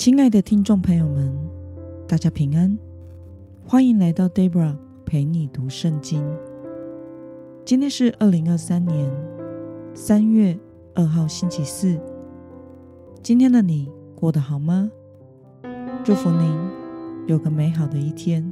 亲爱的听众朋友们，大家平安，欢迎来到 Debra 陪你读圣经。今天是2023年3月2号星期四。今天的你过得好吗？祝福您有个美好的一天。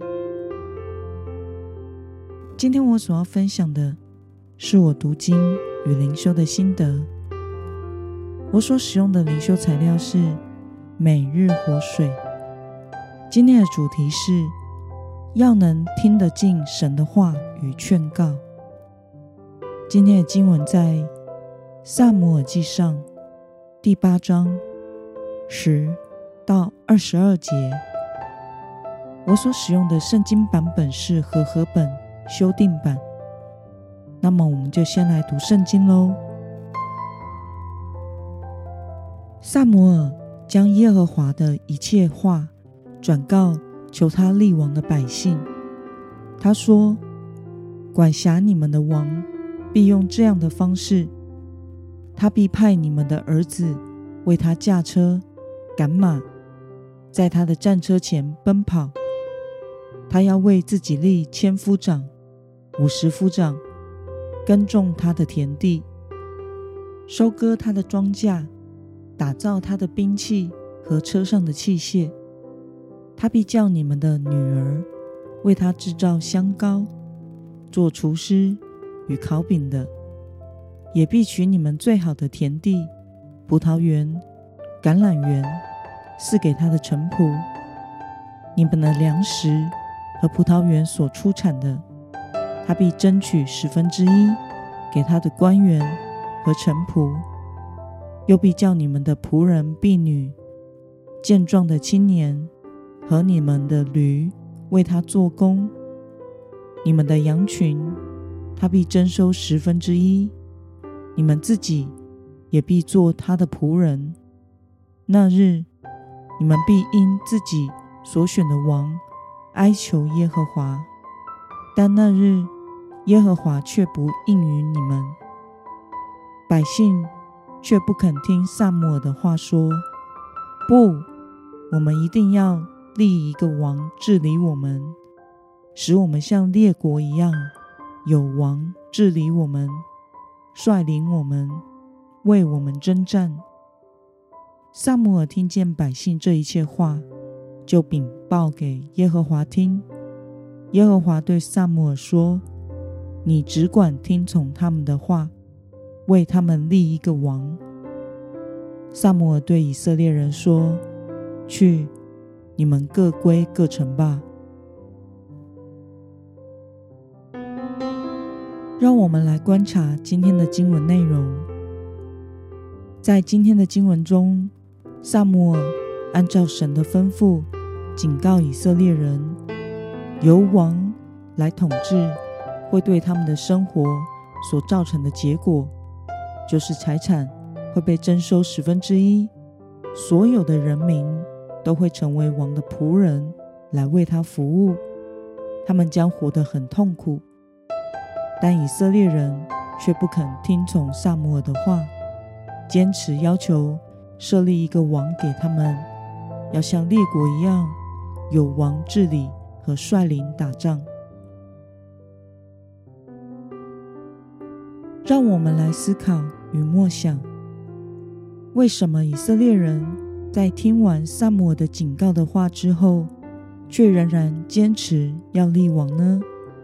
今天我所要分享的是我读经与灵修的心得。我所使用的灵修材料是每日活水。今天的主题是要能听得进神的话与劝告。今天的经文在撒母耳记上第8章10到22节。我所使用的圣经版本是和合本修订版。那么我们就先来读圣经咯。撒母耳将耶和华的一切话转告求他立王的百姓。他说，管辖你们的王必用这样的方式，他必派你们的儿子为他驾车赶马，在他的战车前奔跑。他要为自己立1000夫长、50夫长，耕种他的田地，收割他的庄稼，打造他的兵器和车上的器械。他必叫你们的女儿为他制造香膏，做厨师与烤饼的，也必取你们最好的田地、葡萄园、橄榄园，赐给他的臣仆。你们的粮食和葡萄园所出产的，他必争取1/10给他的官员和臣仆。又必叫你们的仆人婢女、健壮的青年和你们的驴为他做工。你们的羊群他必征收1/10，你们自己也必做他的仆人。那日你们必因自己所选的王哀求耶和华，但那日耶和华却不应允你们。百姓却不肯听撒母耳的话，说，不，我们一定要立一个王治理我们，使我们像列国一样，有王治理我们，率领我们，为我们征战。撒母耳听见百姓这一切话，就禀报给耶和华听。耶和华对撒母耳说，你只管听从他们的话，为他们立一个王。撒母耳对以色列人说，去，你们各归各城吧。让我们来观察今天的经文内容。在今天的经文中，撒母耳按照神的吩咐警告以色列人，由王来统治会对他们的生活所造成的结果，就是财产会被征收1/10，所有的人民都会成为王的仆人来为他服务，他们将活得很痛苦。但以色列人却不肯听从撒母耳的话，坚持要求设立一个王给他们，要像列国一样，有王治理和率领打仗。让我们来思考与默想，为什么以色列人在听完撒母耳的警告的话之后，却仍然坚持要立王呢？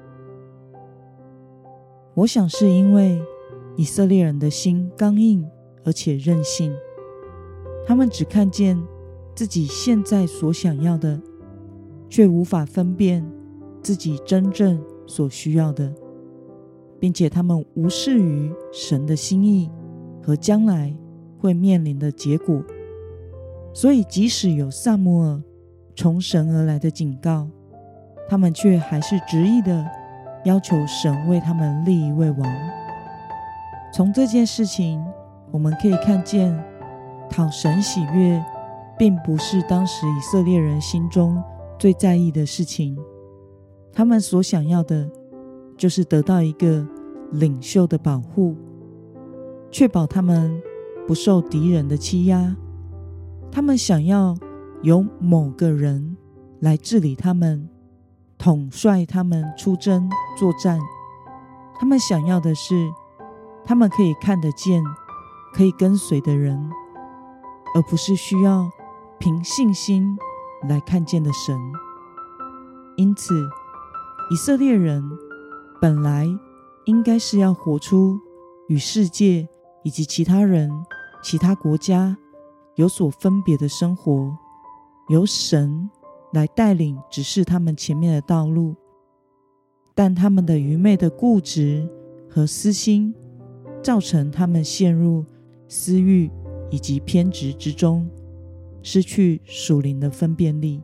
我想是因为以色列人的心刚硬而且任性，他们只看见自己现在所想要的，却无法分辨自己真正所需要的，并且他们无视于神的心意和将来会面临的结果。所以即使有撒母耳从神而来的警告，他们却还是执意的要求神为他们立一位王。从这件事情我们可以看见，讨神喜悦并不是当时以色列人心中最在意的事情。他们所想要的就是得到一个领袖的保护，确保他们不受敌人的欺压。他们想要由某个人来治理他们，统帅他们出征作战。他们想要的是他们可以看得见、可以跟随的人，而不是需要凭信心来看见的神。因此，以色列人本来应该是要活出与世界以及其他人、其他国家有所分别的生活，由神来带领指示他们前面的道路。但他们的愚昧的固执和私心，造成他们陷入私欲以及偏执之中，失去属灵的分辨力。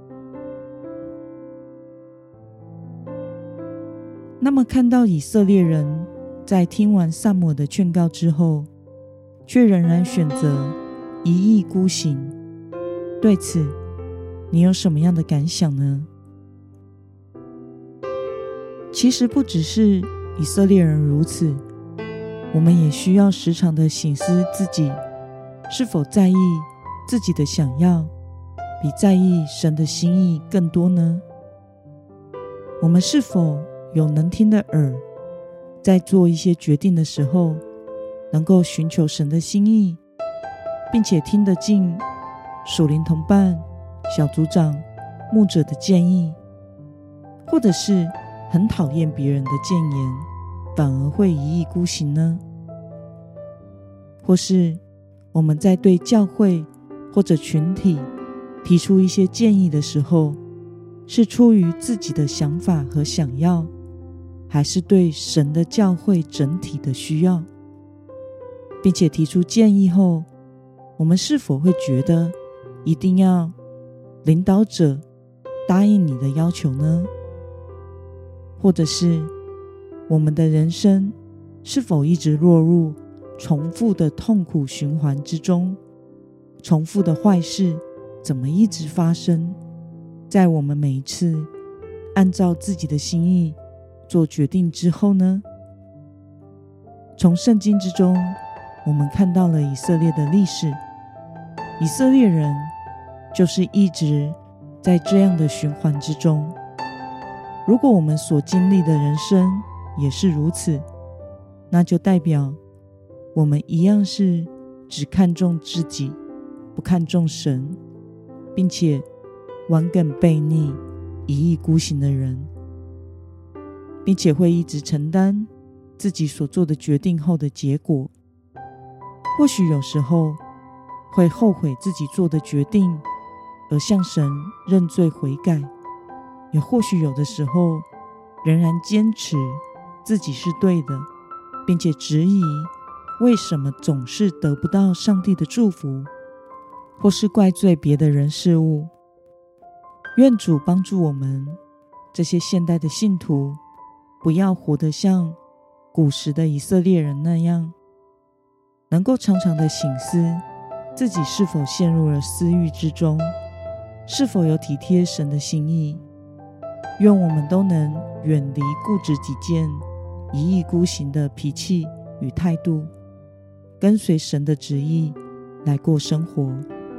那么看到以色列人在听完撒母耳的劝告之后，却仍然选择一意孤行，对此你有什么样的感想呢？其实不只是以色列人如此，我们也需要时常的省思自己是否在意自己的想要，比在意神的心意更多呢？我们是否有能听的耳，在做一些决定的时候，能够寻求神的心意，并且听得进属灵同伴、小组长、牧者的建议，或者是很讨厌别人的谏言，反而会一意孤行呢？或是我们在对教会或者群体提出一些建议的时候，是出于自己的想法和想要，还是对神的教会整体的需要？并且提出建议后，我们是否会觉得一定要领导者答应你的要求呢？或者是我们的人生是否一直落入重复的痛苦循环之中？重复的坏事怎么一直发生在我们每一次按照自己的心意做决定之后呢？从圣经之中，我们看到了以色列的历史，以色列人就是一直在这样的循环之中。如果我们所经历的人生也是如此，那就代表我们一样是只看重自己，不看重神，并且顽梗悖逆、一意孤行的人，并且会一直承担自己所做的决定后的结果。或许有时候会后悔自己做的决定，而向神认罪悔改，也或许有的时候仍然坚持自己是对的，并且质疑为什么总是得不到上帝的祝福，或是怪罪别的人事物。愿主帮助我们这些现代的信徒，不要活得像古时的以色列人那样，能够常常的省思自己是否陷入了私欲之中，是否有体贴神的心意。愿我们都能远离固执己见、一意孤行的脾气与态度，跟随神的旨意来过生活。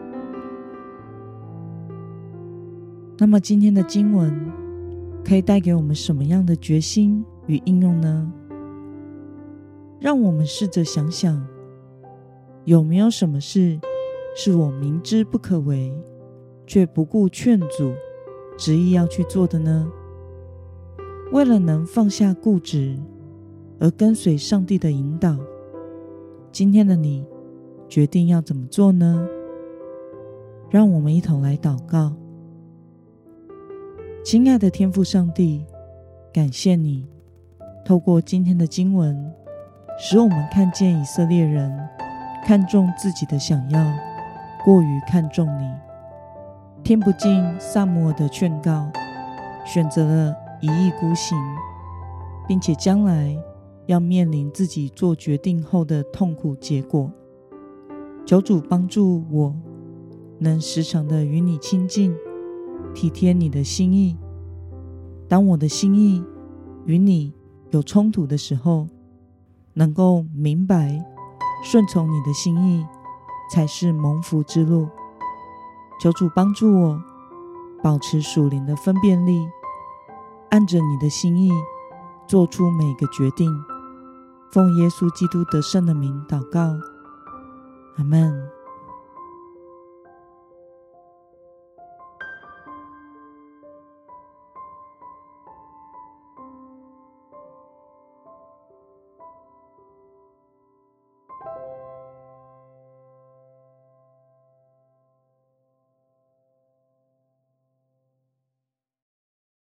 那么今天的经文可以带给我们什么样的决心与应用呢？让我们试着想想，有没有什么事是我明知不可为，却不顾劝阻执意要去做的呢？为了能放下固执而跟随上帝的引导，今天的你决定要怎么做呢？让我们一同来祷告。亲爱的天父上帝，感谢你透过今天的经文，使我们看见以色列人看重自己的想要，过于看重你，听不进撒母耳的劝告，选择了一意孤行，并且将来要面临自己做决定后的痛苦结果。求主帮助我，能时常的与你亲近，体贴你的心意。当我的心意与你有冲突的时候，能够明白顺从你的心意才是蒙福之路。 求主帮助我保持属灵的分辨力，按着你的心意做出每个决定。奉耶稣基督得胜的名祷告，阿们。